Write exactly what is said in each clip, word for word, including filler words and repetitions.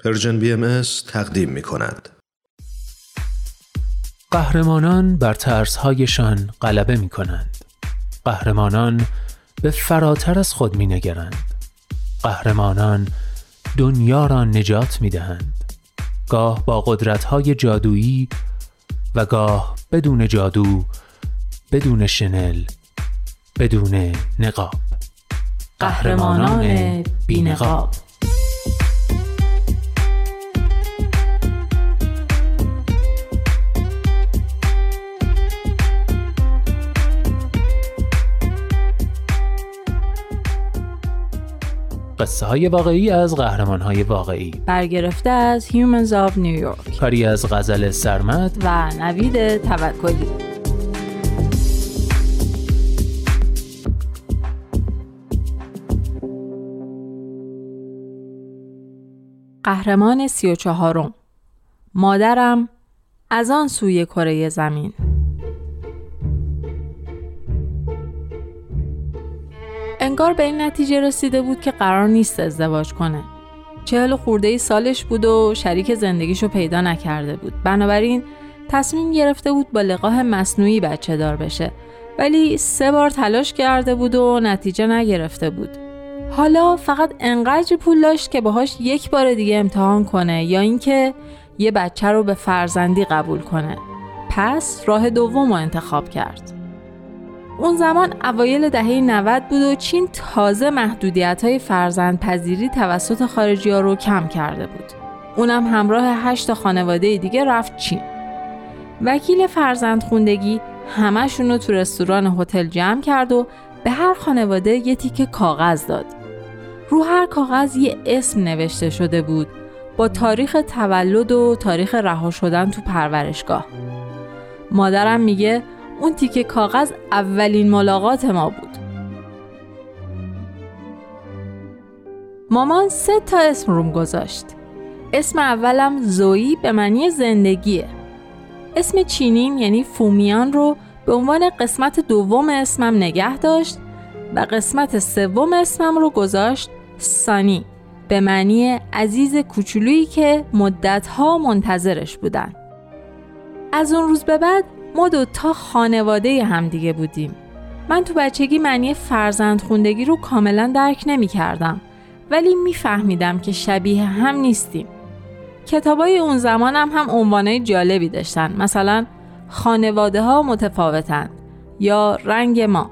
پرژن بی ام اس تقدیم می کند. قهرمانان بر ترس‌هایشان غلبه می کنند. قهرمانان به فراتر از خود می نگرند. قهرمانان دنیا را نجات می دهند. گاه با قدرت‌های جادویی و گاه بدون جادو، بدون شنل، بدون نقاب. قهرمانان بی نقاب. قصه های واقعی از قهرمان های واقعی، برگرفته از Humans of New York، کاری از غزل سرمد و نوید توکلی. قهرمان سی و چهارم. مادرم از آن سوی کره زمین. انگار به این نتیجه رسیده بود که قرار نیست ازدواج کنه. چهل خورده ای سالش بود و شریک زندگیشو پیدا نکرده بود. بنابراین تصمیم گرفته بود با لقاح مصنوعی بچه دار بشه. ولی سه بار تلاش کرده بود و نتیجه نگرفته بود. حالا فقط انقدر پول داشت که باهاش یک بار دیگه امتحان کنه یا اینکه یه بچه رو به فرزندی قبول کنه. پس راه دوم رو انتخاب کرد. اون زمان اوایل دهه نود بود و چین تازه محدودیت‌های فرزندپذیری توسط خارجی‌ها رو کم کرده بود. اونم همراه هشت خانواده دیگه رفت چین. وکیل فرزندخوندگی همه‌شون رو تو رستوران هتل جمع کرد و به هر خانواده یه تیکه کاغذ داد. رو هر کاغذ یه اسم نوشته شده بود با تاریخ تولد و تاریخ رها شدن تو پرورشگاه. مادرم میگه اون تیکه کاغذ اولین ملاقات ما بود. مامان سه تا اسم روم گذاشت. اسم اولم زویی به معنی زندگیه. اسم چینیم یعنی فومیان رو به عنوان قسمت دوم اسمم نگه داشت و قسمت سوم اسمم رو گذاشت سانی به معنی عزیز کوچولویی که مدت‌ها منتظرش بودن. از اون روز به بعد ما دوتا خانواده هم دیگه بودیم. من تو بچگی معنی فرزندخوندگی رو کاملا درک نمی کردم، ولی می فهمیدم که شبیه هم نیستیم. کتابای اون زمان هم هم عنوانای جالبی داشتن، مثلا خانواده ها متفاوتن یا رنگ ما.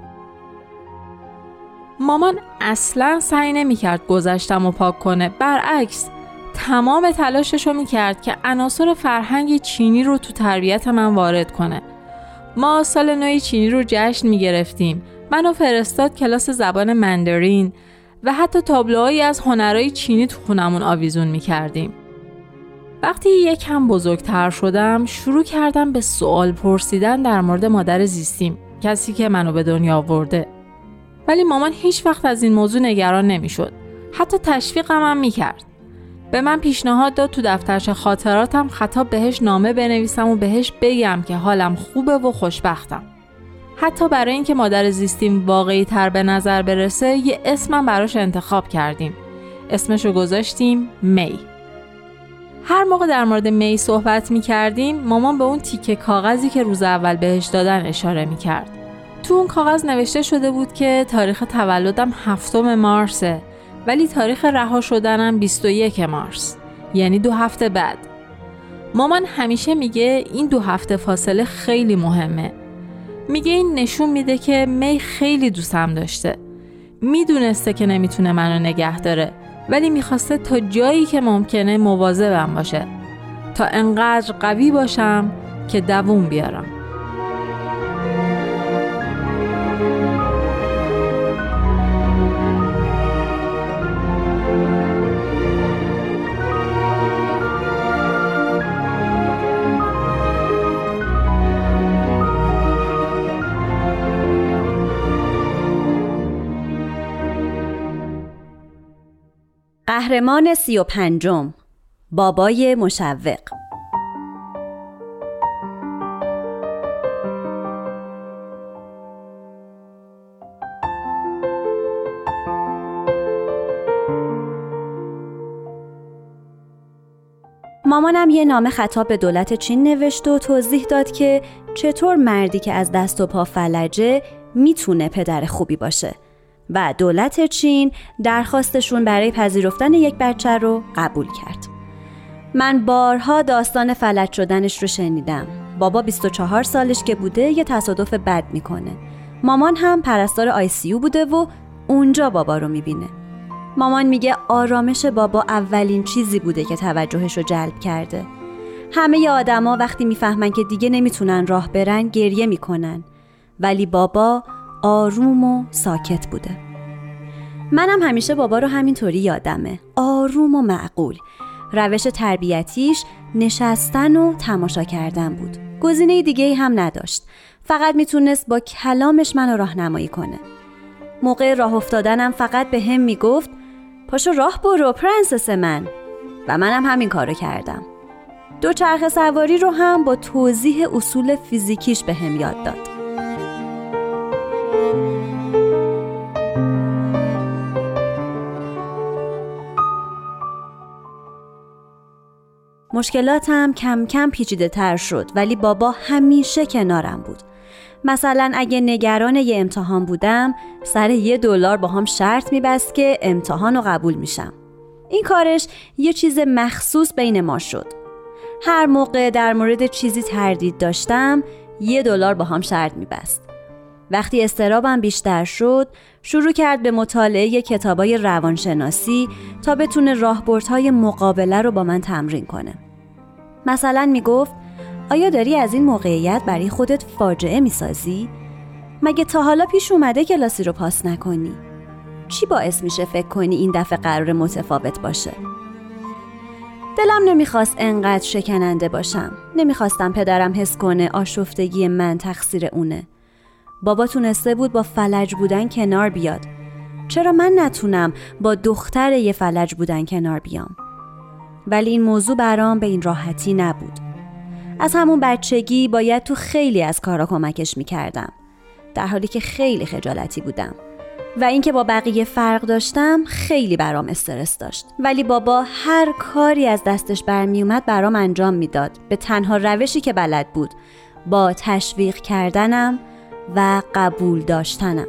مامان اصلا سعی نمی کرد گذشتم رو پاک کنه، برعکس تمام تلاشش رو می کرد که عناصر فرهنگ چینی رو تو تربیت من وارد کنه. ما سال نو چینی رو جشن می گرفتیم. منو فرستاد کلاس زبان مندرین و حتی تابلوهایی از هنرهای چینی تو خونمون آویزون می کردیم. وقتی یکم بزرگتر شدم شروع کردم به سوال پرسیدن در مورد مادر زیستیم، کسی که منو به دنیا آورده. ولی مامان هیچ وقت از این موضوع نگران نمی شد. حتی تشویقم هم می کرد. به من پیشنهاد داد تو دفترچ خاطراتم خطاب بهش نامه بنویسم و بهش بگم که حالم خوبه و خوشبختم. حتی برای اینکه مادر زیستیم واقعی تر به نظر برسه یه اسمم براش انتخاب کردیم. اسمشو گذاشتیم می. هر موقع در مورد می صحبت می کردیم مامان به اون تیکه کاغذی که روز اول بهش دادن اشاره می کرد. تو اون کاغذ نوشته شده بود که تاریخ تولدم هفتم مارسه، ولی تاریخ رها شدنم بیست و یک مارس، یعنی دو هفته بعد. مامان همیشه میگه این دو هفته فاصله خیلی مهمه. میگه این نشون میده که می خیلی دوستم داشته. میدونسته که نمیتونه منو نگه داره، ولی میخواسته تا جایی که ممکنه مواظبم باشه، تا انقدر قوی باشم که دووم بیارم. قهرمان سی و پنجم. بابای مشوق. مامانم یه نامه خطاب به دولت چین نوشت و توضیح داد که چطور مردی که از دست و پا فلجه میتونه پدر خوبی باشه و دولت چین درخواستشون برای پذیرفتن یک بچه رو قبول کرد. من بارها داستان فلج شدنش رو شنیدم. بابا بیست و چهار سالش که بوده یه تصادف بد میکنه. مامان هم پرستار آی سی یو بوده و اونجا بابا رو میبینه. مامان میگه آرامش بابا اولین چیزی بوده که توجهش رو جلب کرده. همه ی آدما وقتی میفهمن که دیگه نمیتونن راه برن گریه میکنن، ولی بابا آروم و ساکت بوده. منم همیشه بابا رو همینطوری یادمه، آروم و معقول. روش تربیتیش نشستن و تماشا کردن بود. گزینه دیگه‌ای هم نداشت. فقط میتونست با کلامش منو راهنمایی کنه. موقع راه افتادنم فقط به هم میگفت پاشو راه برو پرنسس من، و منم همین کارو کردم. دو چرخ سواری رو هم با توضیح اصول فیزیکیش به هم یاد داد. مشکلاتم کم کم پیچیده تر شد، ولی بابا همیشه کنارم بود. مثلا اگه نگران یه امتحان بودم سر یه دلار با هم شرط میبست که امتحان رو قبول میشم. این کارش یه چیز مخصوص بین ما شد. هر موقع در مورد چیزی تردید داشتم یه دلار با هم شرط میبست. وقتی اضطرابم بیشتر شد شروع کرد به مطالعه کتابای روانشناسی تا بتونه راهبردهای مقابله رو با من تمرین کنه. مثلا میگفت آیا داری از این موقعیت برای خودت فاجعه میسازی؟ مگه تا حالا پیش اومده کلاسی رو پاس نکنی؟ چی باعث میشه فکر کنی این دفعه قرار متفاوت باشه؟ دلم نمیخواست انقدر شکننده باشم. نمیخواستم پدرم حس کنه آشفتگی من تقصیر اونه. بابا تونسته بود با فلج بودن کنار بیاد. چرا من نتونم با دختر یه فلج بودن کنار بیام؟ ولی این موضوع برام به این راحتی نبود. از همون بچگی باید تو خیلی از کارا کمکش میکردم، در حالی که خیلی خجالتی بودم و اینکه با بقیه فرق داشتم خیلی برام استرس داشت. ولی بابا هر کاری از دستش برمی اومد برام انجام میداد، به تنها روشی که بلد بود، با تشویق کردنم و قبول داشتنم.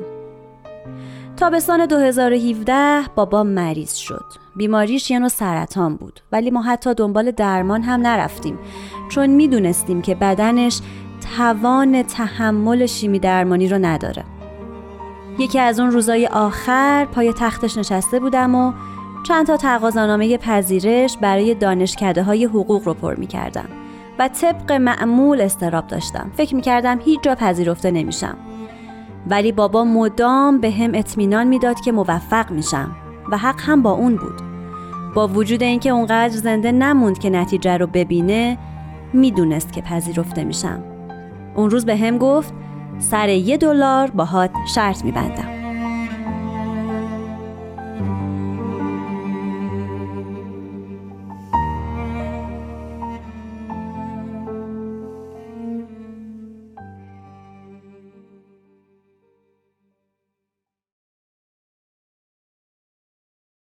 تابستان دو هزار و هفده بابا مریض شد. بیماریش یه نوع سرطان بود، ولی ما حتی دنبال درمان هم نرفتیم چون میدونستیم که بدنش توان تحمل شیمی درمانی رو نداره. یکی از اون روزای آخر پای تختش نشسته بودم و چند تا تقاضانامه پذیرش برای دانشکده‌های حقوق رو پر می‌کردم و طبق معمول اضطراب داشتم. فکر می‌کردم هیچ جا پذیرفته نمیشم. ولی بابا مدام به هم اطمینان میداد که موفق میشم و حق هم با اون بود. با وجود اینکه اونقدر زنده نموند که نتیجه رو ببینه، میدونست که پذیرفته میشم. اون روز به هم گفت سر یه دلار باهات شرط میبندم.